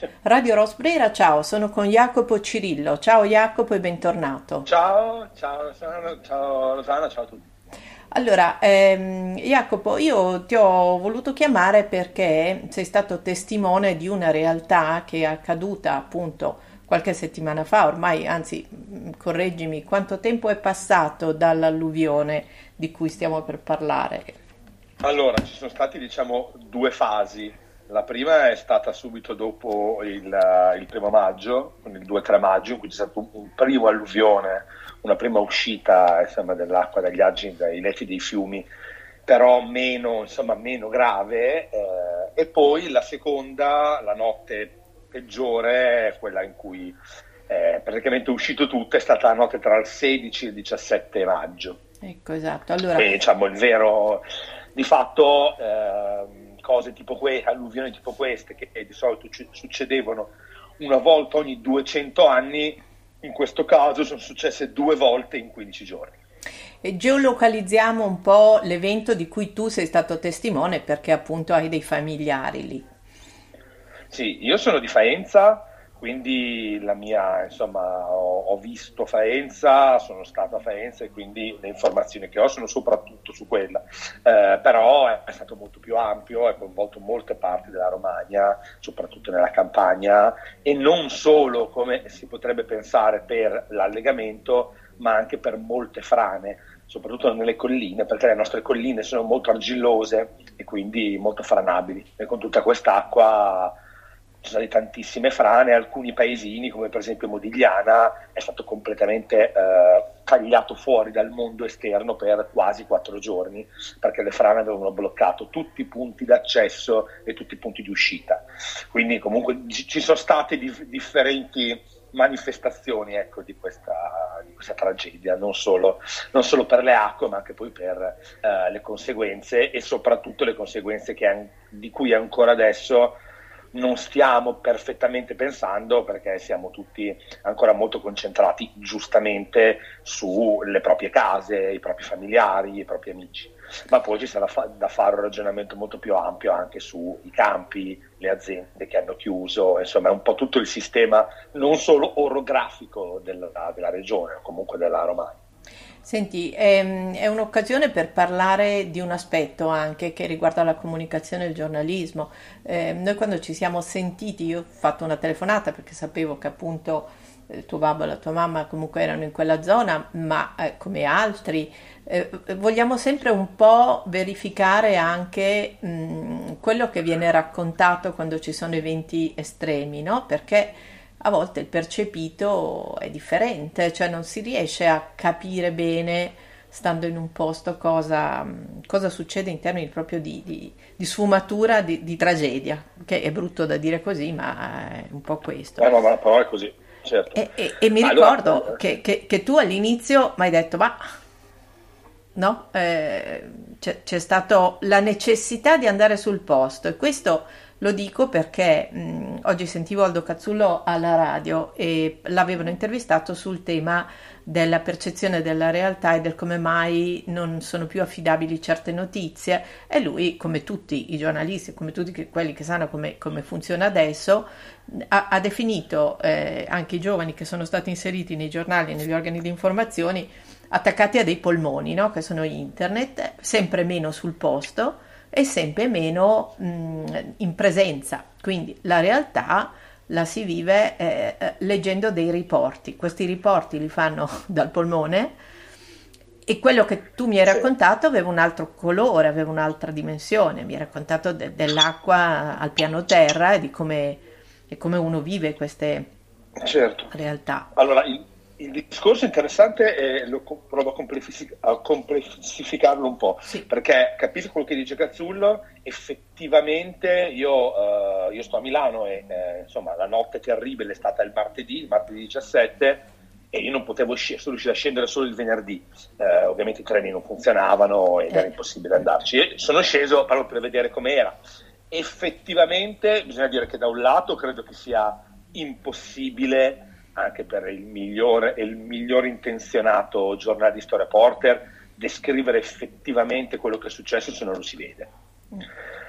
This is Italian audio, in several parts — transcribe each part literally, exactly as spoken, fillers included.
Radio Rosbrera, ciao, sono con Jacopo Cirillo. Ciao Jacopo e bentornato. Ciao, ciao Rosanna, ciao Rosanna, ciao a tutti. Allora, ehm, Jacopo, io ti ho voluto chiamare perché sei stato testimone di una realtà che è accaduta appunto qualche settimana fa, ormai, anzi, mh, correggimi, quanto tempo è passato dall'alluvione di cui stiamo per parlare? Allora, ci sono stati, diciamo, due fasi. La prima è stata subito dopo il, eh, il primo maggio, quindi il due tre maggio, in cui c'è stato un, un primo alluvione, una prima uscita, insomma, dell'acqua dagli argini, dai letti dei fiumi, però meno, insomma, meno grave. eh, e poi la seconda, la notte peggiore, è quella in cui è praticamente uscito tutto, è stata la notte tra il sedici e il diciassette maggio. Ecco, esatto. Allora, E diciamo il vero, di fatto, ehm, cose tipo queste, alluvioni tipo queste, che di solito ci- succedevano una volta ogni duecento anni, in questo caso sono successe due volte in quindici giorni. e geolocalizziamo un po' l'evento di cui tu sei stato testimone perché appunto hai dei familiari lì. Sì, io sono di Faenza, quindi la mia, insomma, ho, ho visto Faenza, sono stato a Faenza e quindi le informazioni che ho sono soprattutto su quella. Eh, però è, è stato molto più ampio, è coinvolto molte parti della Romagna, soprattutto nella campagna, e non solo, come si potrebbe pensare, per l'allegamento, ma anche per molte frane, soprattutto nelle colline, perché le nostre colline sono molto argillose e quindi molto franabili. E con tutta quest'acqua ci sono state tantissime frane, alcuni paesini, come per esempio Modigliana, è stato completamente eh, tagliato fuori dal mondo esterno per quasi quattro giorni, perché le frane avevano bloccato tutti i punti d'accesso e tutti i punti di uscita. Quindi comunque ci ci sono state dif- differenti manifestazioni, ecco, di questa, di questa tragedia, non solo, non solo per le acque, ma anche poi per eh, le conseguenze, e soprattutto le conseguenze che an- di cui ancora adesso non stiamo perfettamente pensando, perché siamo tutti ancora molto concentrati giustamente sulle proprie case, i propri familiari, i propri amici. Ma poi ci sarà fa- da fare un ragionamento molto più ampio anche sui campi, le aziende che hanno chiuso, insomma è un po' tutto il sistema non solo orografico della, della regione o comunque della Romagna. Senti, ehm, è un'occasione per parlare di un aspetto anche che riguarda la comunicazione e il giornalismo. Eh, noi quando ci siamo sentiti, io ho fatto una telefonata perché sapevo che appunto eh, tuo babbo e la tua mamma comunque erano in quella zona, ma eh, come altri eh, vogliamo sempre un po' verificare anche mh, quello che viene raccontato quando ci sono eventi estremi, no? Perché a volte il percepito è differente, cioè non si riesce a capire bene, stando in un posto, cosa, cosa succede in termini proprio di, di- di sfumatura, di, di tragedia, che è brutto da dire così, ma è un po' questo. Eh, no, ma la parola è così, certo. E, e- e mi Ma allora, ricordo che, che- che tu all'inizio mi hai detto, ma no? Eh, c'è, c'è stata la necessità di andare sul posto e questo lo dico perché mh, oggi sentivo Aldo Cazzullo alla radio e l'avevano intervistato sul tema della percezione della realtà e del come mai non sono più affidabili certe notizie e lui, come tutti i giornalisti, come tutti che- quelli che sanno come, come funziona adesso, ha, ha definito eh, anche i giovani che sono stati inseriti nei giornali e negli organi di informazione attaccati a dei polmoni, no? Che sono internet, sempre meno sul posto e sempre meno mh, in presenza. Quindi la realtà la si vive eh, eh, leggendo dei riporti. Questi riporti li fanno dal polmone e quello che tu mi hai sì. raccontato aveva un altro colore, aveva un'altra dimensione. Mi hai raccontato de- dell'acqua al piano terra e di come, e come uno vive queste Certo. realtà. Allora, il, il discorso interessante è, lo co- provo a, complessi- a complessificarlo un po', Sì. perché capisco quello che dice Cazzullo, effettivamente io, eh, io sto a Milano e eh, insomma la notte terribile è stata il martedì, il martedì diciassette, e io non potevo sc- sono riuscito a scendere solo il venerdì. Eh, ovviamente i treni non funzionavano ed era Eh. impossibile andarci. E sono sceso proprio per vedere com'era. Effettivamente bisogna dire che da un lato credo che sia impossibile anche per il migliore e il miglior intenzionato giornalista o reporter descrivere effettivamente quello che è successo se non lo si vede.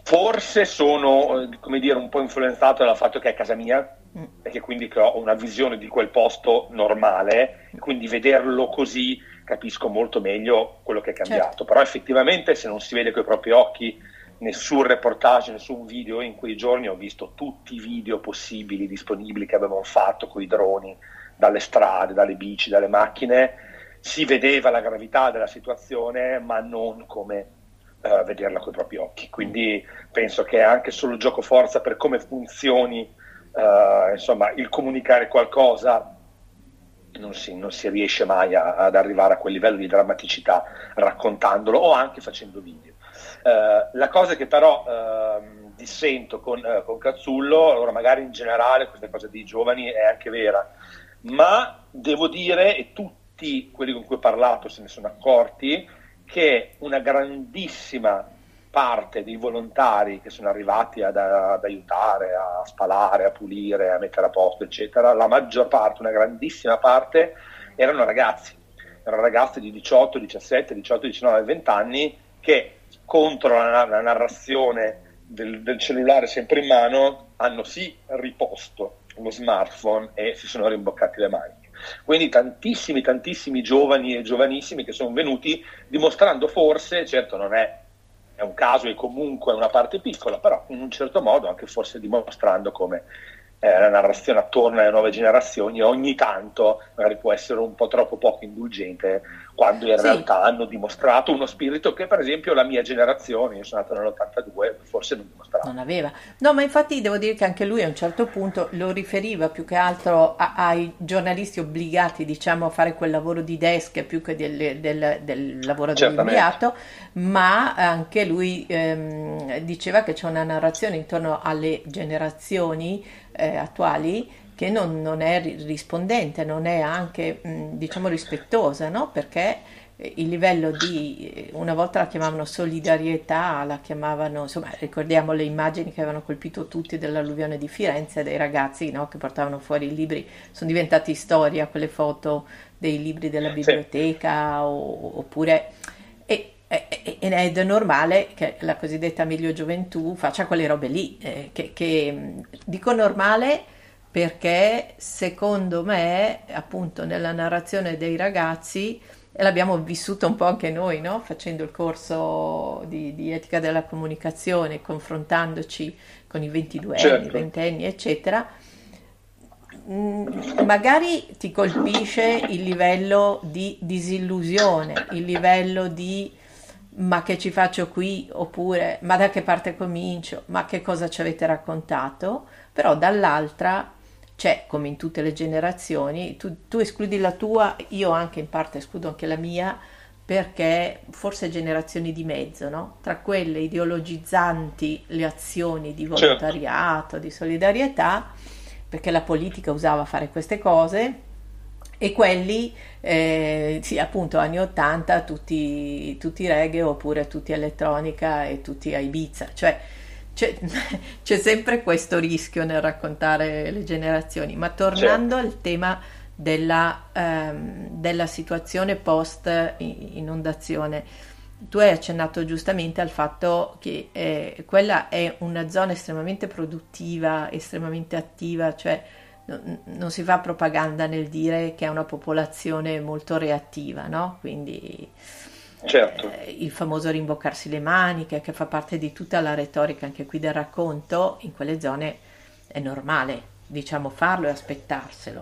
Forse sono, eh, come dire, un po' influenzato dal fatto che è casa mia Mm. e che quindi che ho una visione di quel posto normale, e quindi vederlo così capisco molto meglio quello che è Certo. cambiato. Però effettivamente se non si vede coi propri occhi nessun reportage, nessun video, in quei giorni ho visto tutti i video possibili, disponibili, che avevamo fatto con i droni, dalle strade, dalle bici, dalle macchine, si vedeva la gravità della situazione, ma non come eh, vederla coi propri occhi. Quindi penso che anche solo gioco forza, per come funzioni, eh, insomma, il comunicare qualcosa, non si, non si riesce mai a, ad arrivare a quel livello di drammaticità raccontandolo o anche facendo video. Eh, la cosa che però eh, dissento con, eh, con Cazzullo, allora magari in generale questa cosa dei giovani è anche vera, ma devo dire, e tutti quelli con cui ho parlato se ne sono accorti, che una grandissima parte dei volontari che sono arrivati ad, ad aiutare, a spalare, a pulire, a mettere a posto, eccetera, la maggior parte, una grandissima parte, erano ragazzi, erano ragazzi di diciotto, diciassette, diciotto, diciannove, venti anni che contro la, la narrazione del, del cellulare sempre in mano hanno sì riposto lo smartphone e si sono rimboccati le maniche. Quindi tantissimi, tantissimi giovani e giovanissimi che sono venuti dimostrando, forse, certo non è, è un caso e comunque è una parte piccola, però in un certo modo anche forse dimostrando come eh, la narrazione attorno alle nuove generazioni ogni tanto magari può essere un po' troppo poco indulgente, quando in Sì. realtà hanno dimostrato uno spirito che per esempio la mia generazione, io sono nato nell'ottantadue, forse non dimostrava. Non aveva. No, ma infatti devo dire che anche lui a un certo punto lo riferiva più che altro a- ai giornalisti obbligati, diciamo, a fare quel lavoro di desk più che del, del- del lavoro Certamente. dell'inviato, ma anche lui ehm, diceva che c'è una narrazione intorno alle generazioni eh, attuali che non, non è ri- rispondente, non è anche, mh, diciamo, rispettosa, no? Perché eh, il livello di, una volta la chiamavano solidarietà, la chiamavano, insomma, ricordiamo le immagini che avevano colpito tutti dell'alluvione di Firenze, dei ragazzi, no, che portavano fuori i libri, sono diventati storia quelle foto dei libri della Sì, biblioteca, o- oppure... E, e- e- ed è normale che la cosiddetta meglio gioventù faccia quelle robe lì, eh, che, che, mh, dico normale perché secondo me, appunto, nella narrazione dei ragazzi, e l'abbiamo vissuto un po' anche noi, no? Facendo il corso di, di etica della comunicazione, confrontandoci con i ventidue anni, certo. ventenni, eccetera, mm, magari ti colpisce il livello di disillusione, il livello di ma che ci faccio qui, oppure ma da che parte comincio, ma che cosa ci avete raccontato, però dall'altra c'è, come in tutte le generazioni, tu, tu escludi la tua, io anche in parte escludo anche la mia, perché forse generazioni di mezzo, no? Tra quelle ideologizzanti le azioni di Certo. volontariato, di solidarietà, perché la politica usava fare queste cose, e quelli, eh, sì, appunto, anni ottanta, tutti, tutti reggae, oppure tutti elettronica e tutti a Ibiza, cioè c'è, c'è sempre questo rischio nel raccontare le generazioni. Ma tornando Certo. al tema della, ehm, della situazione post inondazione, tu hai accennato giustamente al fatto che eh, quella è una zona estremamente produttiva, estremamente attiva, cioè non, non si fa propaganda nel dire che è una popolazione molto reattiva, no? Quindi Certo. eh, il famoso rimboccarsi le maniche, che fa parte di tutta la retorica anche qui del racconto, in quelle zone è normale, diciamo, farlo e aspettarselo.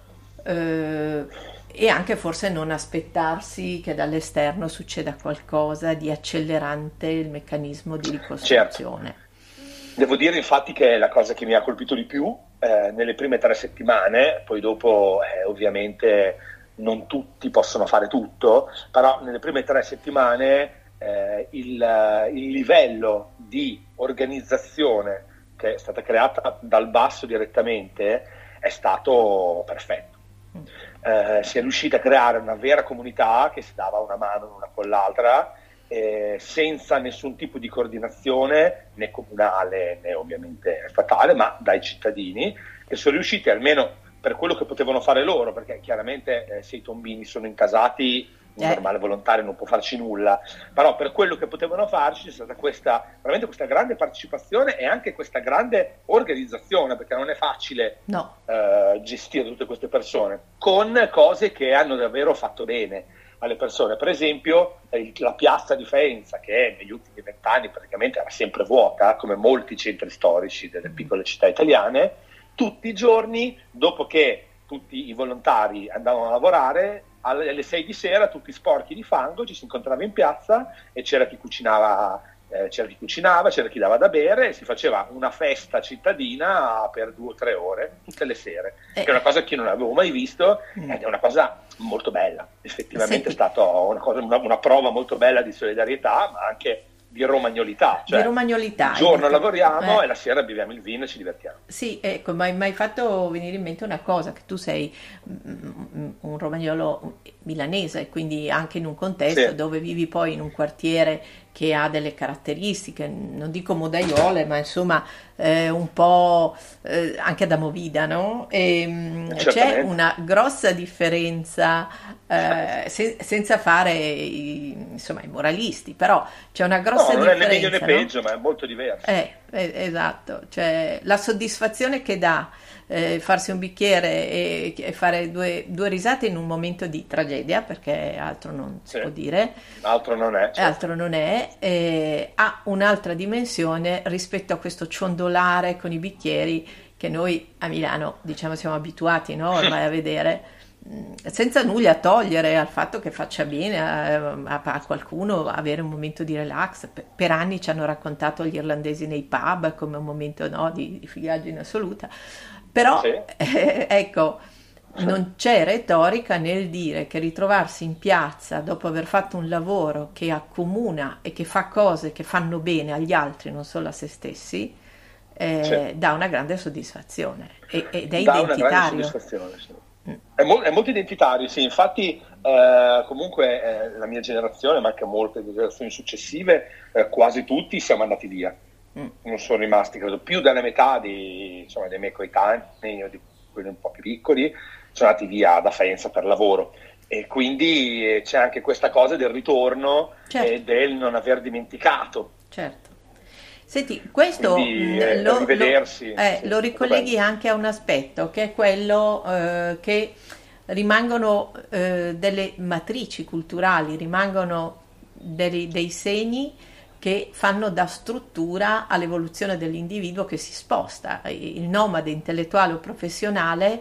Eh, e anche forse non aspettarsi che dall'esterno succeda qualcosa di accelerante il meccanismo di Certo. ricostruzione. Devo dire infatti che è la cosa che mi ha colpito di più eh, nelle prime tre settimane, poi dopo eh, ovviamente non tutti possono fare tutto, però nelle prime tre settimane eh, il, il livello di organizzazione che è stata creata dal basso direttamente è stato perfetto. Eh, si è riusciti a creare una vera comunità che si dava una mano l'una con l'altra, eh, senza nessun tipo di coordinazione né comunale né ovviamente statale, ma dai cittadini, che sono riusciti, almeno per quello che potevano fare loro, perché chiaramente eh, se i tombini sono incasati un Eh, normale volontario non può farci nulla, però per quello che potevano farci c'è stata questa, veramente questa grande partecipazione e anche questa grande organizzazione, perché non è facile no, eh, gestire tutte queste persone, con cose che hanno davvero fatto bene alle persone. Per esempio eh, la piazza di Faenza, che negli ultimi vent'anni praticamente era sempre vuota, come molti centri storici delle piccole città italiane, tutti i giorni, dopo che tutti i volontari andavano a lavorare, alle sei di sera, tutti sporchi di fango, ci si incontrava in piazza e c'era chi cucinava, eh, c'era chi cucinava, c'era chi dava da bere, e si faceva una festa cittadina per due o tre ore, tutte le sere, eh, che è una cosa che non avevo mai visto mm. ed è una cosa molto bella. Effettivamente Senti, è stata una, cosa, una, una prova molto bella di solidarietà, ma anche di romagnolità, di cioè il romagnolità, hai giorno detto, lavoriamo eh, e la sera beviamo il vino e ci divertiamo. sì, ecco, ma mi hai fatto venire in mente una cosa, che tu sei mm, un romagnolo milanese, quindi anche in un Sì, contesto dove vivi poi in un quartiere che ha delle caratteristiche, non dico modaiole, ma insomma eh, un po' eh, anche da movida, no? E, mm, c'è certamente. una grossa differenza, eh, se- senza fare i, insomma, i moralisti, però c'è una No, grossa non è né meglio né differenza, no? peggio, ma è molto diverso. Eh, eh, esatto, cioè la soddisfazione che dà eh, farsi un bicchiere e, e fare due, due risate in un momento di tragedia, perché altro non si Sì, può dire, altro non è, e certo. altro non è, eh, ha un'altra dimensione rispetto a questo ciondolare con i bicchieri che noi a Milano, diciamo, siamo abituati, no, ormai a vedere, mh, senza nulla togliere al fatto che faccia bene a, a- a qualcuno avere un momento di relax. Per, per anni ci hanno raccontato gli irlandesi nei pub come un momento, no, di, di figaggine assoluta, però Sì, eh, ecco, non c'è retorica nel dire che ritrovarsi in piazza dopo aver fatto un lavoro che accomuna e che fa cose che fanno bene agli altri, non solo a se stessi, sì. eh, dà una grande soddisfazione e- ed è Dà una grande identitario. soddisfazione, sì. Mm, È, mol- è molto identitario, sì. Infatti eh, comunque eh, la mia generazione, ma anche molte generazioni successive, eh, quasi tutti siamo andati via. mm. Non sono rimasti, credo, più della metà di, insomma, dei miei coetanei o di quelli un po' più piccoli, sono andati via da Faenza per lavoro. E quindi eh, c'è anche questa cosa del ritorno Certo, e del non aver dimenticato. certo. Senti, questo Quindi mh, eh, lo, lo- rivedersi, eh, sì, lo molto ricolleghi bello. anche a un aspetto che è quello eh, che rimangono eh, delle matrici culturali, rimangono dei, dei segni che fanno da struttura all'evoluzione dell'individuo che si sposta. Il nomade intellettuale o professionale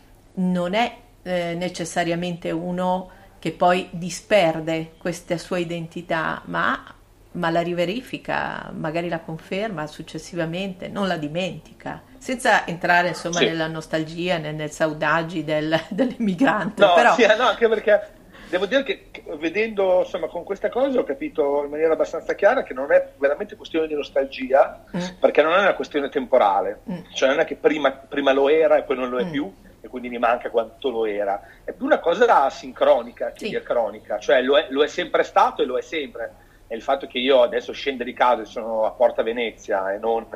non è eh, necessariamente uno che poi disperde questa sua identità, ma, ma la riverifica, magari la conferma successivamente, non la dimentica, senza entrare insomma Sì. nella nostalgia, nel, nel saudagi del, dell'emigrante, No, però sì, no, anche perché devo dire che che vedendo, insomma, con questa cosa ho capito in maniera abbastanza chiara che non è veramente questione di nostalgia, mm, perché non è una questione temporale, mm, cioè non è che prima, prima lo era e poi non lo è mm, più e quindi mi manca quanto lo era, è più una cosa sincronica che sì, diacronica, cioè lo è, lo è sempre stato e lo è sempre. E il fatto che io adesso scendo di casa e sono a Porta Venezia e non,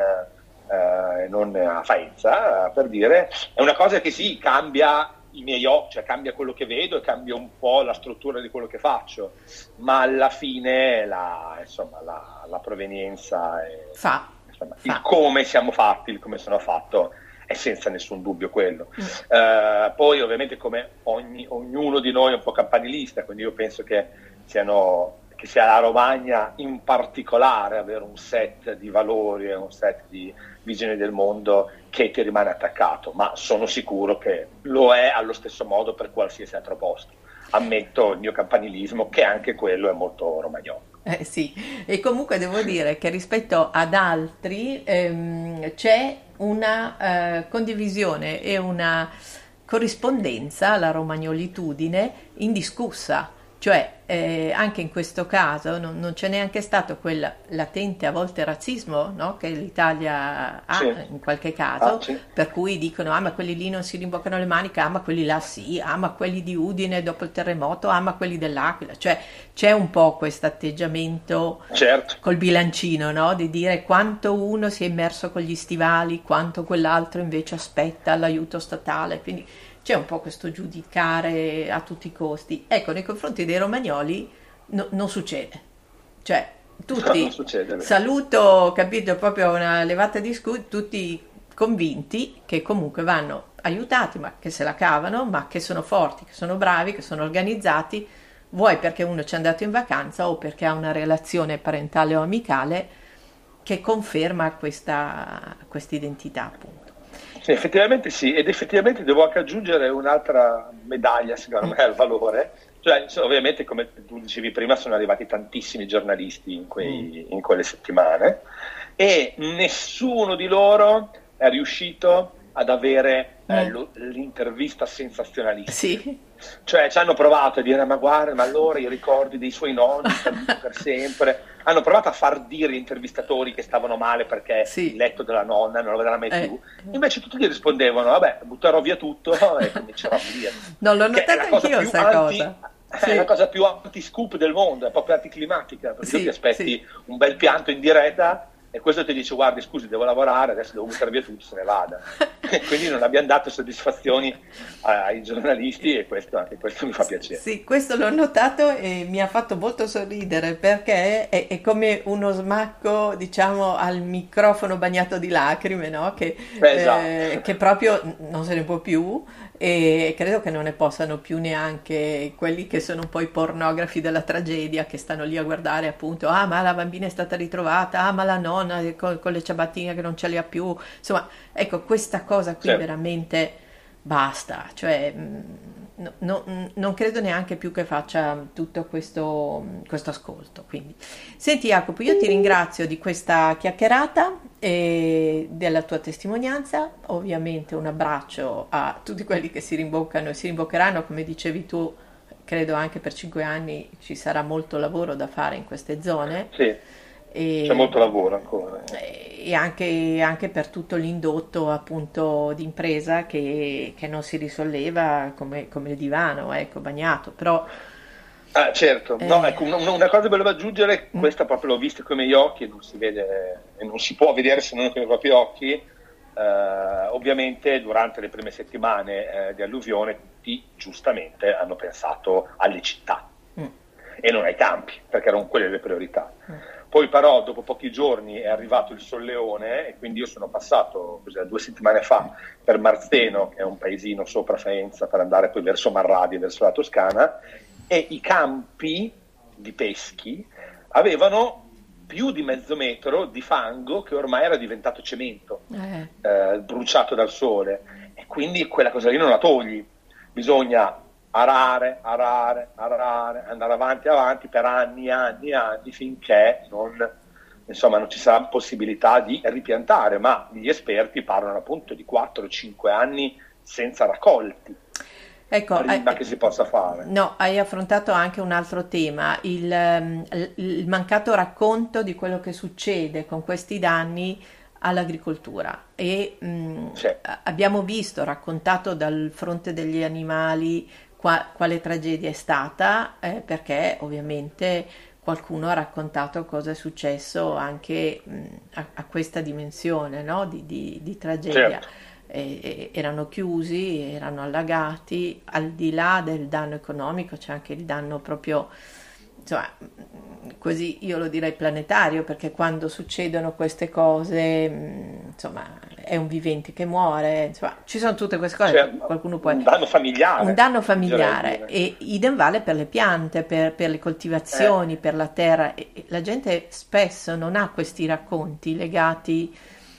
eh, e non a Faenza, eh, per dire, è una cosa che sì, cambia i miei occhi, cioè cambia quello che vedo e cambia un po' la struttura di quello che faccio, ma alla fine la, insomma, la, la provenienza e fa, insomma, il fa. come siamo fatti, il come sono fatto è senza nessun dubbio quello. Mm, Eh, poi ovviamente come ogni- ognuno di noi è un po' campanilista, quindi io penso che siano che sia la Romagna in particolare avere un set di valori e un set di visioni del mondo che ti rimane attaccato, ma sono sicuro che lo è allo stesso modo per qualsiasi altro posto. Ammetto il mio campanilismo, che anche quello è molto romagnolo. eh, sì, e comunque devo dire che rispetto ad altri ehm, c'è una eh, condivisione e una corrispondenza alla romagnolitudine indiscussa, cioè eh, anche in questo caso non, non c'è neanche stato quel latente a volte razzismo, no, che l'Italia ha Sì. in qualche Ah, caso, sì. per cui dicono ah ma quelli lì non si rimboccano le maniche, ah ma quelli là sì, ah ma quelli di Udine dopo il terremoto, ah ma quelli dell'Aquila, cioè c'è un po' questo atteggiamento Certo. col bilancino, no? Di dire quanto uno si è immerso con gli stivali, quanto quell'altro invece aspetta l'aiuto statale. Quindi c'è un po' questo giudicare a tutti i costi. Ecco, nei confronti dei romagnoli no- non succede. Cioè, No, non tutti, succede. saluto, capito, proprio una levata di scudi, tutti convinti che comunque vanno aiutati, ma che se la cavano, ma che sono forti, che sono bravi, che sono organizzati, vuoi perché uno ci è andato in vacanza o perché ha una relazione parentale o amicale che conferma questa questa identità, appunto. Sì, effettivamente sì, ed effettivamente devo anche aggiungere un'altra medaglia, secondo me, al valore. Cioè, so- ovviamente, come tu dicevi prima, sono arrivati tantissimi giornalisti in, quei- in quelle settimane e nessuno di loro è riuscito ad avere eh, Mm. lo- l'intervista sensazionalistica. Sì, Cioè, ci hanno provato a dire, ma guarda, ma allora i ricordi dei suoi nonni perduti per sempre. Hanno provato a far dire agli intervistatori che stavano male perché il sì. letto della nonna non lo vedrà mai Eh. più. Invece tutti gli rispondevano, vabbè, butterò via tutto e comincerò a via. Non l'ho Che è notata la cosa anch'io più sta anti, cosa. è Sì, la cosa più anti-scoop del mondo, è proprio anticlimatica, perché tu ti sì, aspetti sì. un bel pianto in diretta e questo ti dice, guardi, scusi, devo lavorare, adesso devo buttare via tutto, se ne vada. E quindi non abbiamo dato soddisfazioni ai giornalisti e questo, anche questo mi fa piacere. Sì, questo l'ho notato e mi ha fatto molto sorridere perché è, è come uno smacco, diciamo, al microfono bagnato di lacrime, no? Che, Beh, eh, esatto. che proprio non se ne può più e credo che non ne possano più neanche quelli che sono un po' i pornografi della tragedia che stanno lì a guardare appunto, ah ma la bambina è stata ritrovata, ah ma la nonna con, con le ciabattine che non ce le ha più, insomma, ecco questa cosa qui Certo. veramente basta, cioè mh, no- no- mh, non credo neanche più che faccia tutto questo, questo ascolto. Quindi. Senti Jacopo, io ti ringrazio di questa chiacchierata e della tua testimonianza, ovviamente un abbraccio a tutti quelli che si rimboccano e si rimboccheranno, come dicevi tu, credo anche per cinque anni ci sarà molto lavoro da fare in queste zone Sì, c'è e, molto lavoro ancora. e anche, anche per tutto l'indotto appunto di impresa che, che non si risolleva come, come il divano, ecco, bagnato, però Ah, certo, no, eh, ecco, una, una cosa che volevo aggiungere, mm, questa proprio l'ho vista con i miei occhi e non si vede, e non si può vedere se non con i propri occhi. Eh, ovviamente durante le prime settimane eh, di alluvione tutti giustamente hanno pensato alle città mm, e non ai campi, perché erano quelle le priorità. mm, Poi però dopo pochi giorni è arrivato il solleone e quindi io sono passato cos'è, due settimane fa per Marzeno, che è un paesino sopra Faenza, per andare poi verso Marradi, verso la Toscana, e i campi di peschi avevano più di mezzo metro di fango che ormai era diventato cemento, eh, eh, bruciato dal sole, e quindi quella cosa lì non la togli, bisogna arare, arare, arare, andare avanti, avanti per anni, anni, anni, finché non, insomma, non ci sarà possibilità di ripiantare, ma gli esperti parlano appunto di quattro cinque anni senza raccolti, ecco, prima eh, che si possa fare. no, hai affrontato anche un altro tema, il, ehm, il- il mancato racconto di quello che succede con questi danni all'agricoltura e mh, Sì, a- abbiamo visto, raccontato dal fronte degli animali qua- quale tragedia è stata, eh, perché ovviamente qualcuno ha raccontato cosa è successo anche mh, a, a questa dimensione, no, di, di- di tragedia. certo, E- e- erano chiusi, erano allagati, al di là del danno economico c'è anche il danno proprio, insomma, mh, così io lo direi planetario, perché quando succedono queste cose, mh, insomma, è un vivente che muore, insomma, ci sono tutte queste cose, cioè, qualcuno può... un danno Un familiare, danno oserei familiare dire. e idem vale per le piante, per, per le Eh, coltivazioni, per la terra. E- e la gente spesso non ha questi racconti legati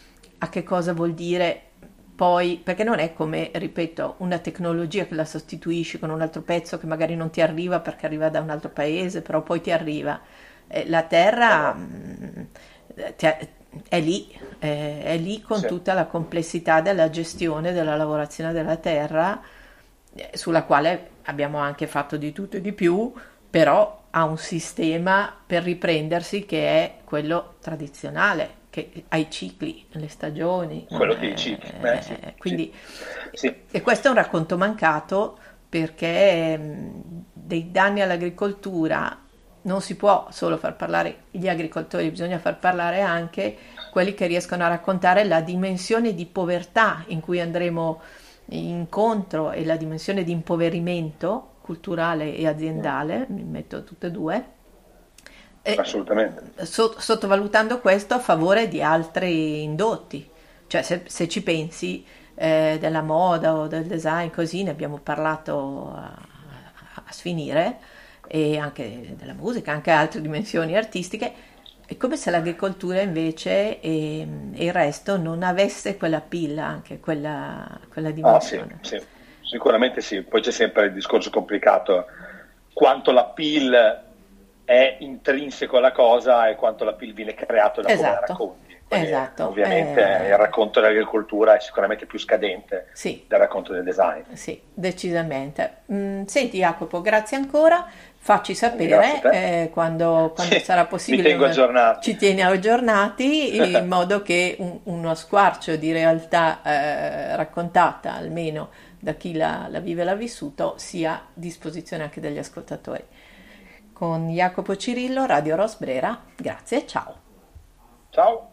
a che cosa vuol dire poi, perché non è come, ripeto, una tecnologia che la sostituisci con un altro pezzo che magari non ti arriva perché arriva da un altro paese, però poi ti arriva. Eh, la no, terra no, mh, ti- è lì, eh, è lì con sì, tutta la complessità della gestione, della lavorazione della terra, eh, sulla quale abbiamo anche fatto di tutto e di più, però ha un sistema per riprendersi che è quello tradizionale, che ha i cicli, le stagioni, non quello che è- dici. Eh, sì, eh, sì, quindi, sì, e questo è un racconto mancato perché mh, dei danni all'agricoltura non si può solo far parlare gli agricoltori, bisogna far parlare anche quelli che riescono a raccontare la dimensione di povertà in cui andremo incontro e la dimensione di impoverimento culturale e aziendale, mi metto tutte e due, e Assolutamente. so- sottovalutando questo a favore di altri indotti. Cioè, se, se ci pensi, eh, della moda o del design, così ne abbiamo parlato a, a sfinire, e anche della musica, anche altre dimensioni artistiche. È come se l'agricoltura invece e, e il resto non avesse quella pilla, anche quella, quella Ah sì, dimensione. sì, sicuramente sì. Poi c'è sempre il discorso complicato, quanto l'appeal è intrinseco alla cosa e quanto l'appeal viene creato da come la Esatto, racconti. Poi eh, esatto. ovviamente il Eh, racconto dell'agricoltura è sicuramente più scadente sì, del racconto del design. sì, decisamente. Mm, senti Jacopo, grazie ancora. Facci Grazie a sapere te. eh, quando, quando Sì, sarà mi possibile, tengo una- aggiornati. ci tieni aggiornati in modo che un- uno squarcio di realtà eh, raccontata, almeno da chi la, la vive e l'ha vissuto, sia a disposizione anche degli ascoltatori. Con Jacopo Cirillo, Radio Rosbrera, grazie, ciao. Ciao.